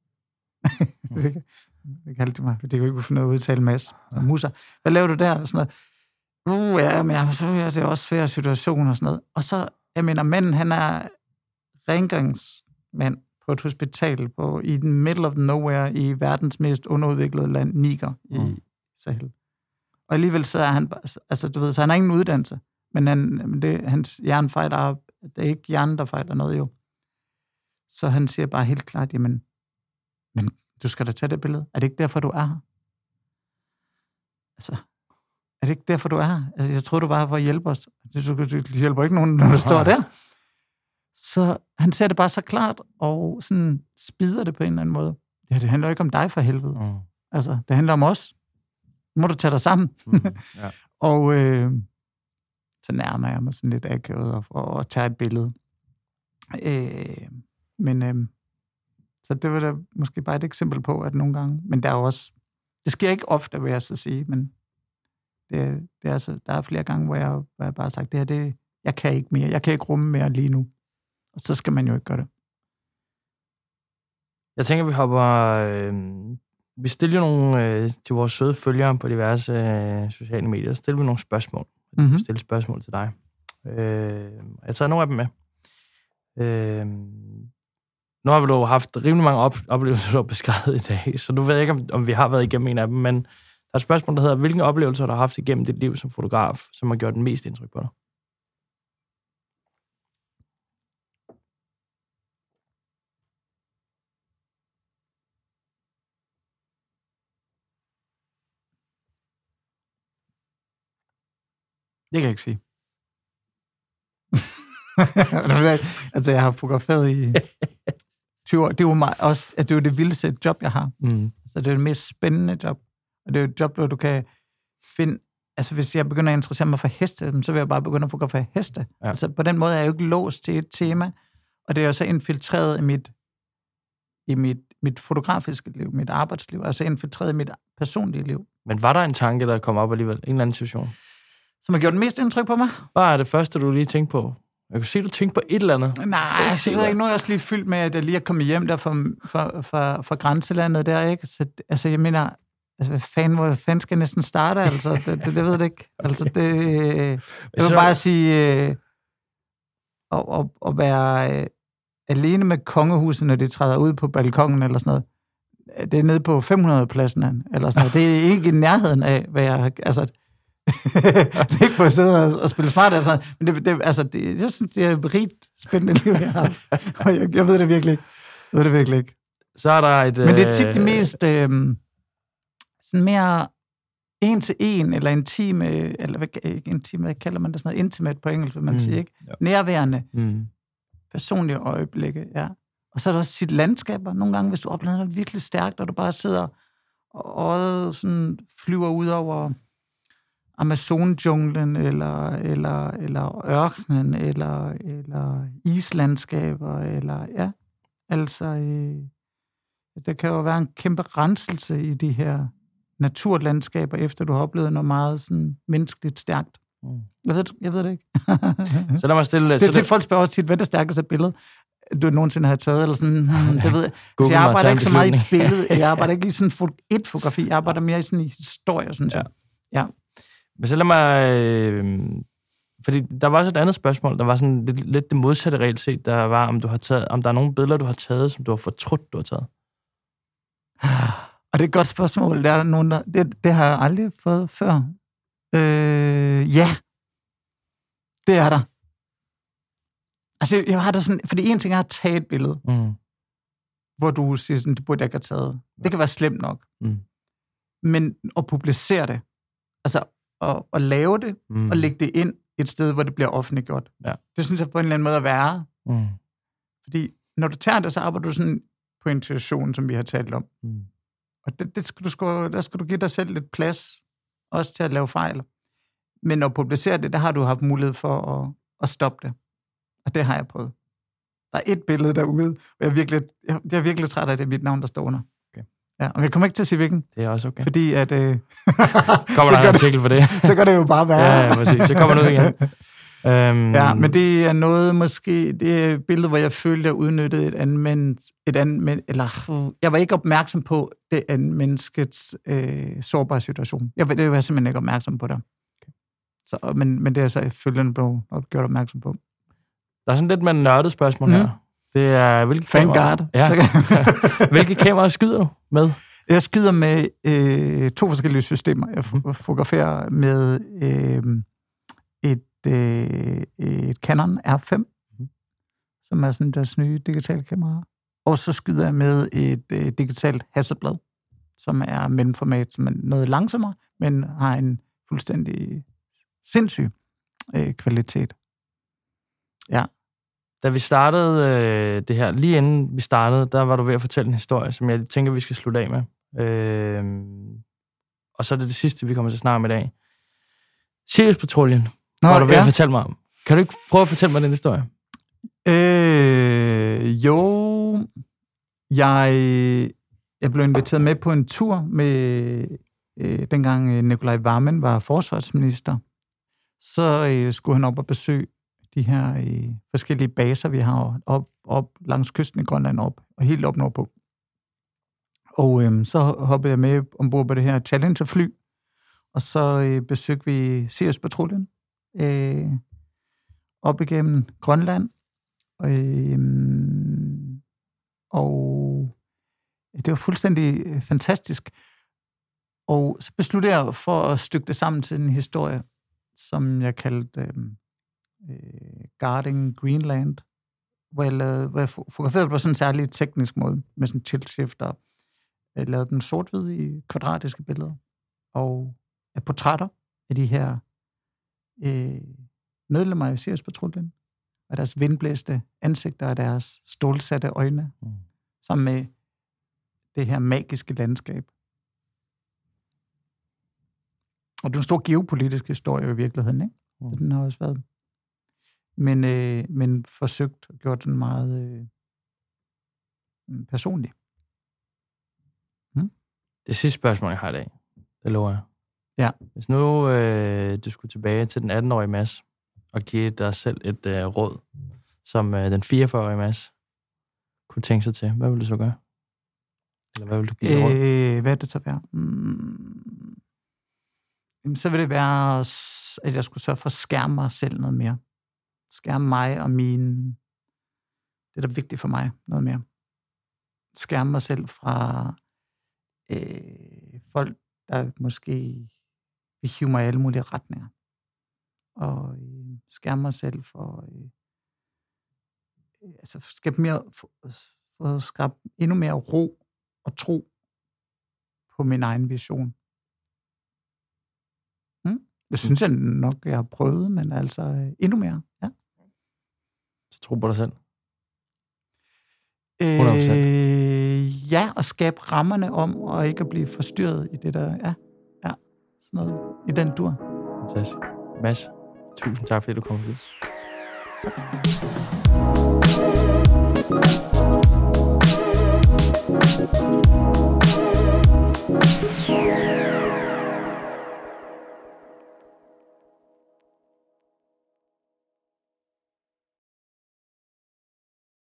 Det kaldte de mig, for det kunne ikke finde noget at udtale Mads. Musser. Hvad laver du der? Og sådan noget. Ja, men det er også svær situation og sådan noget. Og så, jeg mener, manden, han er rengøringsmand på et hospital i the middle of nowhere i verdens mest underudviklede land, Niger i Sahel. Og alligevel så er han, altså du ved, så han har ingen uddannelse, men hans hjerne fejler, det er ikke hjernen, der fejler noget jo. Så han siger bare helt klart, jamen, men du skal da tage det billede. Er det ikke derfor, du er her? Altså, er det ikke derfor, du er her? Altså, jeg troede, du var her for at hjælpe os. Du hjælper ikke nogen, når du står der. Så han ser det bare så klart, og sådan spider det på en eller anden måde. Ja, det handler jo ikke om dig for helvede. Altså, det handler om os. Nu må du tage dig sammen. Ja. Og så nærmer jeg mig sådan lidt akavet og tager et billede. Så det var da måske bare et eksempel på, at nogle gange, men der er også, det sker ikke ofte, vil jeg så sige, men det er altså, der er flere gange, hvor jeg bare har sagt, jeg kan ikke mere, jeg kan ikke rumme mere lige nu. Og så skal man jo ikke gøre det. Jeg tænker, vi hopper... vi stiller jo nogle til vores søde følgere på diverse sociale medier. Så stiller vi nogle spørgsmål. Vi stiller spørgsmål til dig. Jeg tager nogle af dem med. Nu har vi jo haft rimelig mange oplevelser, du har beskrevet i dag, så du ved ikke, om vi har været igennem en af dem, men der er et spørgsmål, der hedder, hvilke oplevelser du har haft igennem dit liv som fotograf, som har gjort den mest indtryk på dig? Det kan jeg ikke sige. Altså, jeg har fotograferet i 20 år. Det er jo også, at det er jo det vildeste job, jeg har. Altså, det er det mest spændende job. Og det er jo et job, hvor du kan finde... Altså, hvis jeg begynder at interessere mig for heste, så vil jeg bare begynde at fotografere heste. Ja. Altså, på den måde er jeg jo ikke låst til et tema, og det er jo så infiltreret i mit fotografiske liv, mit arbejdsliv, altså infiltreret i mit personlige liv. Men var der en tanke, der kom op alligevel? En eller anden situation? Som har gjort den mest indtryk på mig? Hvad er det første, du lige tænkte på? Jeg kunne se, du tænkte på et eller andet. Nej, jeg synes ikke. Nu er jeg også lige fyldt med, at jeg lige er kommet hjem der fra grænselandet der, ikke? Så, altså, jeg mener, altså, hvor fanden skal jeg næsten starte, altså? Det ved jeg ikke. Altså, jeg vil bare sige, at være alene med kongehuset, når de træder ud på balkongen eller sådan noget. Det er nede på 500-pladsen, eller sådan noget. Det er ikke i nærheden af, hvad jeg... Altså, det er ikke på at sidde og spille smart, altså, men jeg synes, det er et rigt spændende liv, jeg har. Og jeg ved det virkelig ikke. Så er der et... Men det er tit det mest sådan mere en til en, eller intime, eller hvad kalder man det, sådan noget intimate på engelsk, vil man sige, ikke? Ja. Nærværende, personlige øjeblikke, ja. Og så er der også sit landskaber. Nogle gange, hvis du oplever noget virkelig stærkt, og du bare sidder og øjet sådan flyver ud over Amazon-junglen, eller ørkenen, eller islandskaber, eller ja, altså, der kan jo være en kæmpe renselse i de her naturlandskaber, efter du har oplevet noget meget sådan menneskeligt stærkt. Jeg ved det ikke. Så lad mig stille... Det er til, folk spørger også tit, hvad er det stærkeste billede, du nogensinde har taget, eller sådan, det ved jeg. Altså, jeg arbejder ikke så meget i billede, jeg arbejder ikke i sådan et fotografi, jeg arbejder mere i sådan en historie, sådan så. Ja. Men så lad mig... fordi der var også et andet spørgsmål, der var sådan lidt det modsatte reelt set, der var, om der er nogle billeder, du har taget, som du har fortrudt, du har taget. Og det er et godt spørgsmål. Der er nogen, det har jeg aldrig fået før. Ja. Det er der. Altså, jeg har da sådan... Fordi en ting er at tage et billede, hvor du siger sådan, det burde jeg ikke have taget. Det kan være slemt nok. Men at publicere det, altså at lave det, og lægge det ind et sted, hvor det bliver offentliggjort. Ja. Det synes jeg på en eller anden måde er værre. Fordi når du tager det, så arbejder du sådan på intuition, som vi har talt om. Og der skal du give dig selv lidt plads, også til at lave fejl. Men at publicere det, der har du haft mulighed for at stoppe det. Og det har jeg prøvet. Der er et billede derude, og jeg er virkelig træt af, at det er mit navn, der står under. Okay. Ja, og jeg kommer ikke til at sige hvilken. Det er også okay. Fordi at... kommer der en artikel for det? Så kan det jo bare være. Ja, præcis. Så kommer noget igen. Ja, men det er noget måske... Det er et billede, hvor jeg følte, at jeg udnyttede et andet eller jeg var ikke opmærksom på det andet menneskets sårbare situation. Det var jeg simpelthen ikke opmærksom på det. Okay. Så, men det er så følgende blevet gjort opmærksom på. Der er sådan lidt med en nørdet spørgsmål her. Det er, hvilke kameraer... Ja. Hvilke kameraer skyder du med? Jeg skyder med 2 forskellige systemer. Jeg fotograferer med et Canon R5, som er sådan deres nye digitale kamera. Og så skyder jeg med et digitalt Hasselblad, som er mellemformat, som er noget langsommere, men har en fuldstændig sindssyg kvalitet. Ja. Da vi startede det her, lige inden vi startede, der var du ved at fortælle en historie, som jeg tænker, vi skal slutte af med. Og så er det sidste, vi kommer til at snakke om i dag. Siriuspatruljen, var du ved at fortælle mig om. Kan du ikke prøve at fortælle mig den historie? Jo. Jeg blev inviteret med på en tur med dengang Nikolaj Wammen var forsvarsminister. Så skulle han op og besøge de her forskellige baser, vi har op langs kysten i Grønland og helt op nordpå. Og så hoppede jeg med ombord på det her Challenger-fly, og så besøgte vi Sirius-patruljen op igennem Grønland. Og det var fuldstændig fantastisk. Og så besluttede jeg for at stykke det sammen til en historie, som jeg kaldte Guarding Greenland, hvor jeg fotograferede på sådan en særlig teknisk måde, med sådan en tilt shifter. Jeg lavede den sort-hvid i kvadratiske billeder, og portrætter af de her medlemmer af Sirius-patruljen, og deres vindblæste ansigter og deres stålsatte øjne, sammen med det her magiske landskab. Og det er en stor geopolitisk historie i virkeligheden, ikke? Så den har også været. Men forsøgt og gjort den meget personlig. Det sidste spørgsmål, jeg har i dag, det lover jeg. Ja. Hvis nu du skulle tilbage til den 18-årige Mads og give dig selv et råd, som den 44-årige Mads kunne tænke sig til, hvad ville du så gøre? Eller hvad ville du give råd? Hvad er det så være? Så vil det være, at jeg skulle sørge for at skærme mig selv noget mere. Skærme mig og mine... Det, der er vigtigt for mig, noget mere. Skærme mig selv fra folk, der måske vil hive mig i alle mulige retninger. Og skærme mig selv for... skabe mere... For at skabe endnu mere ro og tro på min egen vision. Det synes jeg nok, jeg har prøvet, men altså endnu mere, ja. Så tro på dig selv? 100%. Ja, og skabe rammerne om, og ikke at blive forstyrret i det der, ja, sådan noget, i den dur. Fantastisk. Mads, tusind tak, fordi du kom forbi. Tak.